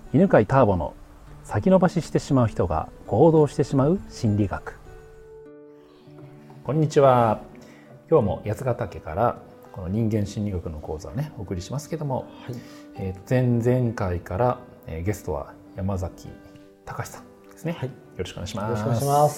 犬飼ターボの先延ばししてしまう人が行動してしまう心理学。こんにちは。今日も八ヶ岳からこの人間心理学の講座をねお送りしますけども、前々回から、ゲストは山崎隆さんですね、よろしくお願いします。 よろしくお願いします。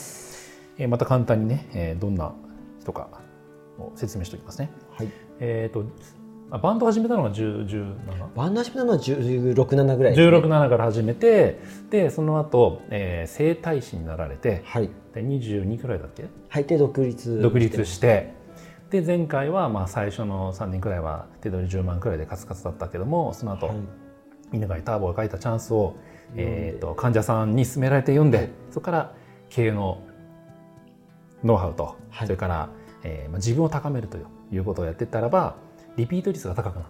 また簡単にね、どんな人かを説明しておきますね。バンド始めたのが17？ バンド始めたのは16、7ぐらいですね。 16、7から始めて、でその後、整体師になられて、で22くらいだっけ？ で独立して、で前回は最初の3年くらいは手取り10万くらいでカツカツだったけども、その後、犬飼ターボが書いたチャンスを、患者さんに勧められて読んで、そこから経営のノウハウと、それから、自分を高めるということをやっていったらばリピート率が高くなって、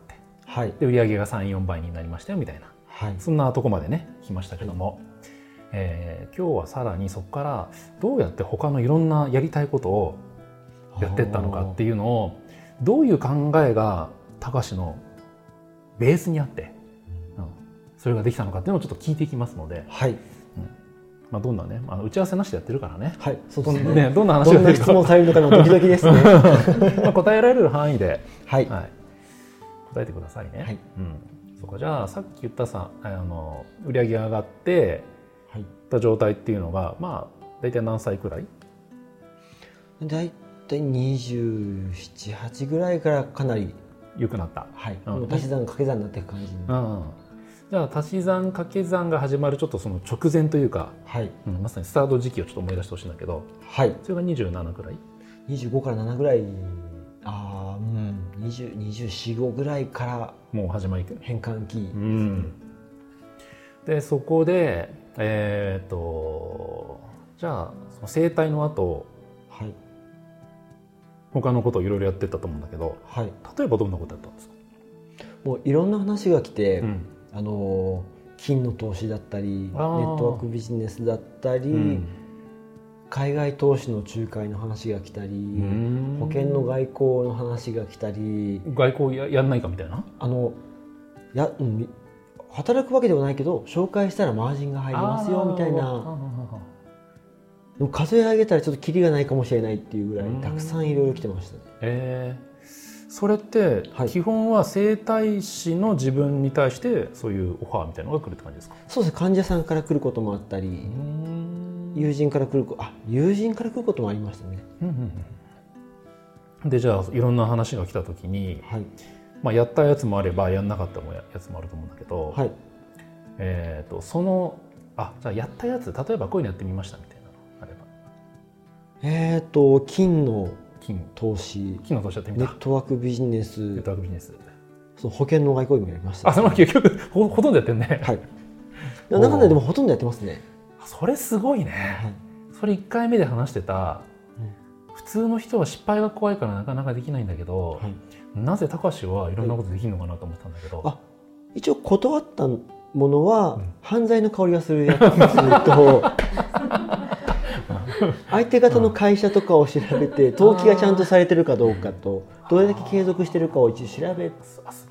で売上が3、4倍になりましたよみたいな、そんなとこまでね来ましたけども、今日はさらにそこからどうやって他のいろんなやりたいことをやっていったのかっていうのを、どういう考えが隆のベースにあって、それができたのかっていうのをちょっと聞いていきますので、どんなね打ち合わせなしでやってるからね、 そうですね、 どんな話がどんな質問されるのかのドキドキですね。 答えられる範囲で、答えてくださいね。そうか、じゃあさっき言った売り上げが上がってた状態っていうのが大体何歳くらい？ 大体27、8ぐらいからかなり良くなった。 足し算掛け算になっていく感じに。 じゃあ足し算掛け算が始まるちょっとその直前というか、まさにスタート時期をちょっと思い出してほしいんだけど、それが27くらい ？25から7ぐらい、24、5ぐらいからもう始まり変換期で、そこでじゃあその整体の後、他のことをいろいろやってったと思うんだけど、例えばどんなことやったんですか？ もういろんな話が来て、金の投資だったりネットワークビジネスだったり、海外投資の仲介の話が来たり、保険の外交の話が来たり。 外交 やんないかみたいな？ 働くわけではないけど紹介したらマージンが入りますよみたいな。でも数え上げたらちょっとキリがないかもしれないっていうぐらいたくさんいろいろ来てましたね。 それって基本は整体師の自分に対してそういうオファーみたいなのが来るって感じですか？ そうですね、患者さんから来ることもあったり、友人から来ることもありましたね。 でじゃあいろんな話が来た時に、やったやつもあればやんなかったやつもあると思うんだけど、じゃあやったやつ、例えばこういうのやってみましたみたいなのあれば。 金の投資やってみた。 ネットワークビジネス、 そう保険の外交もやりました。 その結局ほとんどやってるね。 中でもほとんどやってますね。 それすごいね。それ1回目で話してた、普通の人は失敗が怖いからなかなかできないんだけど、なぜ隆はいろんなことできるのかなと思ったんだけど、 一応断ったものは、犯罪の香りがするやつと相手方の会社とかを調べて登記がちゃんとされてるかどうかと、どれだけ継続してるかを一応調べて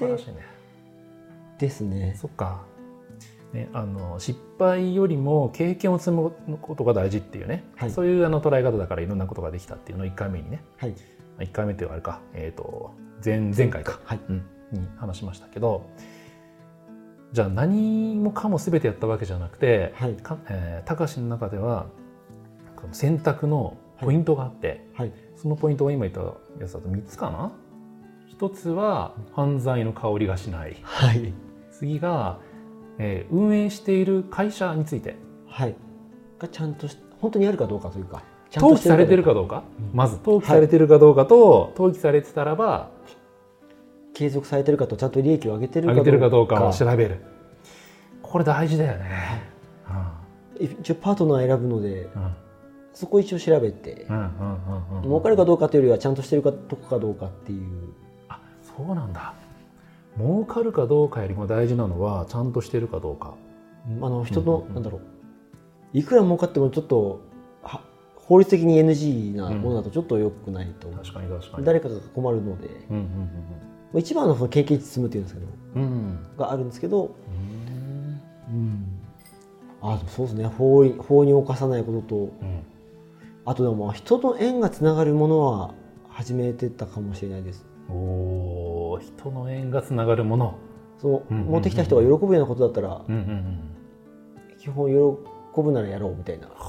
ですね。 そっか、失敗よりも経験を積むことが大事っていうね、そういう捉え方だからいろんなことができたっていうのを1回目にね、1回目っていうあれか、前回か、に話しましたけど、じゃあ何もかも全てやったわけじゃなくて、隆の中では選択のポイントがあって、そのポイントが今言ったやつだと3つかな。1つは犯罪の香りがしない、次が、運営している会社について、 がちゃんと本当にあるかどうかというか、 登記されてるかどうか、まず登記されてるかどうかと、登記されてたらば継続されてるかと、ちゃんと利益を上げてるかどうかを調べる。これ大事だよね。 一応パートナー選ぶので、そこ一応調べて、儲かるかどうかというよりはちゃんとしてるかとかどうかっていう。 そうなんだ。儲かるかどうかよりも大事なのはちゃんとしてるかどうか。 人のいくら儲かってもちょっと法律的に NG なものだとちょっと良くないと、 確かに誰かが困るので、一番のその経験値積むっていうんですけど、があるんですけど、 そうですね。法に侵さないことと、あとでも人と縁がつながるものは始めてたかもしれないです。 人の縁がつながるもの、 持ってきた人が喜ぶようなことだったら、基本喜ぶならやろうみたいな。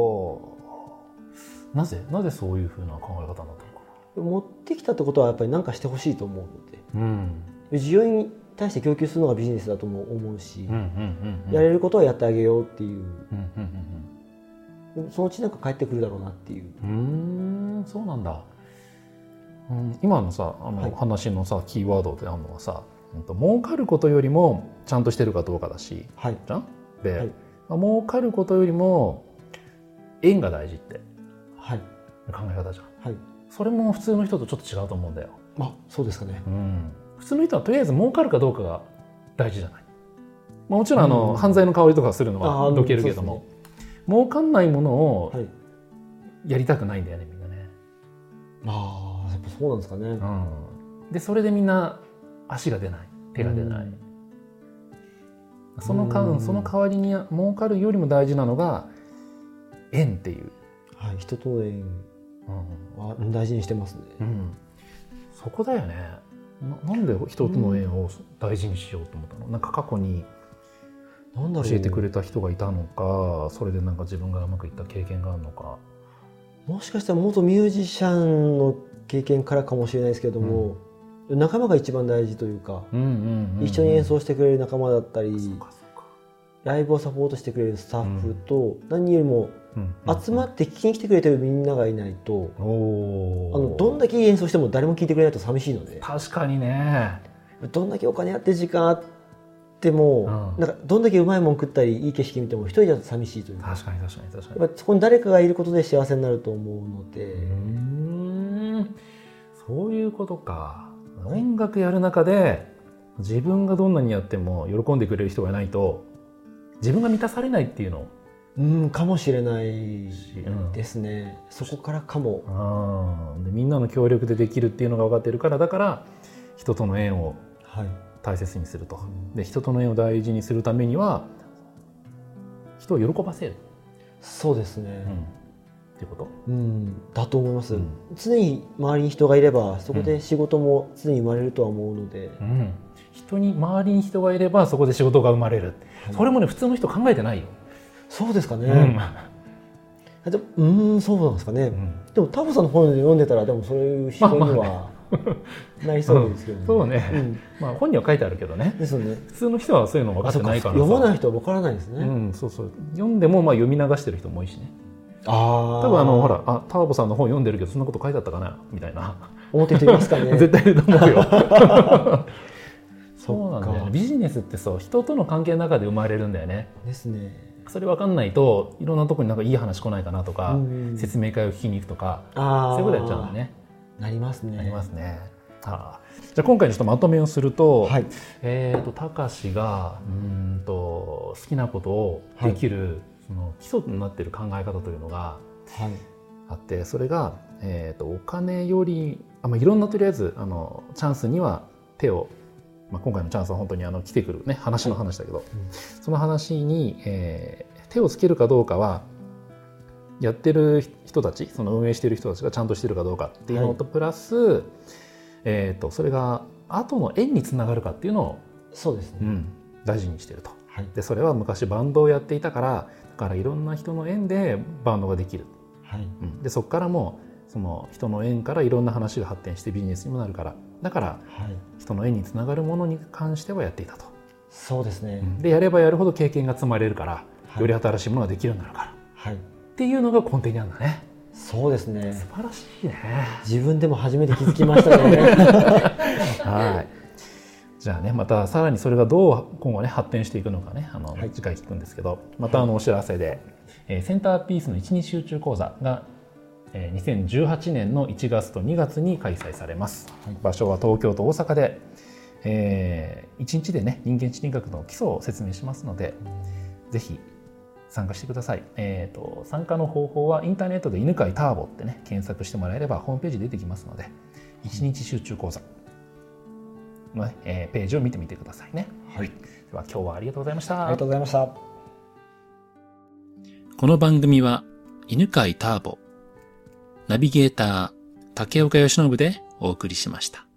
なぜそういうふうな考え方になったのかな。持ってきたってことはやっぱり何かしてほしいと思うので、需要に対して供給するのがビジネスだとも思うし、やれることはやってあげようっていう、そのうちなんか返ってくるだろうなっていう。 そうなんだ。今のさ話のさキーワードであるのはさ、儲かることよりもちゃんとしてるかどうかだし、じゃんで、儲かることよりも縁が大事って考え方じゃん。それも普通の人とちょっと違うと思うんだよ。 そうですかね。 普通の人はとりあえず儲かるかどうかが大事じゃない。もちろん犯罪の香りとかするのはどけるけども、儲かんないものをやりたくないんだよね、みんなね。 やっぱそうなんですかね。 でそれでみんな足が出ない、手が出ない。その代わりに儲かるよりも大事なのが縁っていう、 人との縁は大事にしてますね。 そこだよね。なんで人との縁を大事にしようと思ったの？なんか過去に教えてくれた人がいたのか、それでなんか自分がうまくいった経験があるのか。 もしかしたら元ミュージシャンの経験からかもしれないですけども、仲間が一番大事というか、一緒に演奏してくれる仲間だったり、ライブをサポートしてくれるスタッフと、何よりも集まって聴きに来てくれてるみんながいないと、どんだけいい演奏しても誰も聴いてくれないと寂しいので。 確かにね。 どんだけお金あって時間あっても、なんかどんだけうまいもん食ったりいい景色見ても一人だと寂しいというか。 確かに。 やっぱそこに誰かがいることで幸せになると思うので。 そういうことか。音楽やる中で自分がどんなにやっても喜んでくれる人がいないと自分が満たされないっていうのかもしれないですね。そこからかも。 でみんなの協力でできるっていうのが分かってるから、だから人との縁を大切にすると。で人との縁を大事にするためには人を喜ばせる。 そうですね。 っていうこと？ だと思います。常に周りに人がいればそこで仕事も常に生まれるとは思うので。 周りに人がいればそこで仕事が生まれる。それもね普通の人考えてないよ。 そうですかね。そうなんですかね。でもタボさんの本で読んでたらでもそういう人にはなりそうですけどね。 そうね。本には書いてあるけどね。 ですよね。 普通の人はそういうの分かってないからさ。 読まない人は分からないですね。 読んでも読み流してる人も多いしね。多分ほらターボさんの本読んでるけどそんなこと書いてあったかなみたいな思ってる人いますかね。 絶対いると思うよ。そうなんだよね。ビジネスって人との関係の中で生まれるんだよね。 ですね。 それ分かんないといろんなところになんかいい話来ないかなとか、説明会を聞きに行くとかそういうことやっちゃうんだね。 なりますね。 じゃあ今回ちょっとまとめをすると、たかしが好きなことをできる、その基礎になっている考え方というのがあって、それが、お金よりいろんなとりあえずチャンスには手を、今回のチャンスは本当に来てくる、話の話だけど、その話に、手をつけるかどうかはやってる人たち、その運営している人たちがちゃんとしてるかどうかっていうのと、プラス、それが後の縁につながるかっていうのをそうですね、 大事にしてると。でそれは昔バンドをやっていたからいろんな人の縁でバンドができる、でそこからもその人の縁からいろんな話が発展してビジネスにもなるから、だから、人の縁につながるものに関してはやっていたと。 そうですね。 でやればやるほど経験が積まれるから、より新しいものができるようになるから、っていうのが根底にあるんだね。 そうですね。 素晴らしいね。 自分でも初めて気づきましたね。 はい。じゃあね、またさらにそれがどう今後ね発展していくのかね、次回聞くんですけど、またお知らせで、センターピースの1日集中講座が2018年の1月と2月に開催されます。場所は東京と大阪で、1日でね人間心理学の基礎を説明しますので、ぜひ参加してください。参加の方法はインターネットで犬飼ターボってね検索してもらえればホームページ出てきますので、1日集中講座の、ページを見てみてくださいね。 はい。 では今日はありがとうございました。 ありがとうございました。 この番組は犬飼ターボ、ナビゲーター竹岡由伸でお送りしました。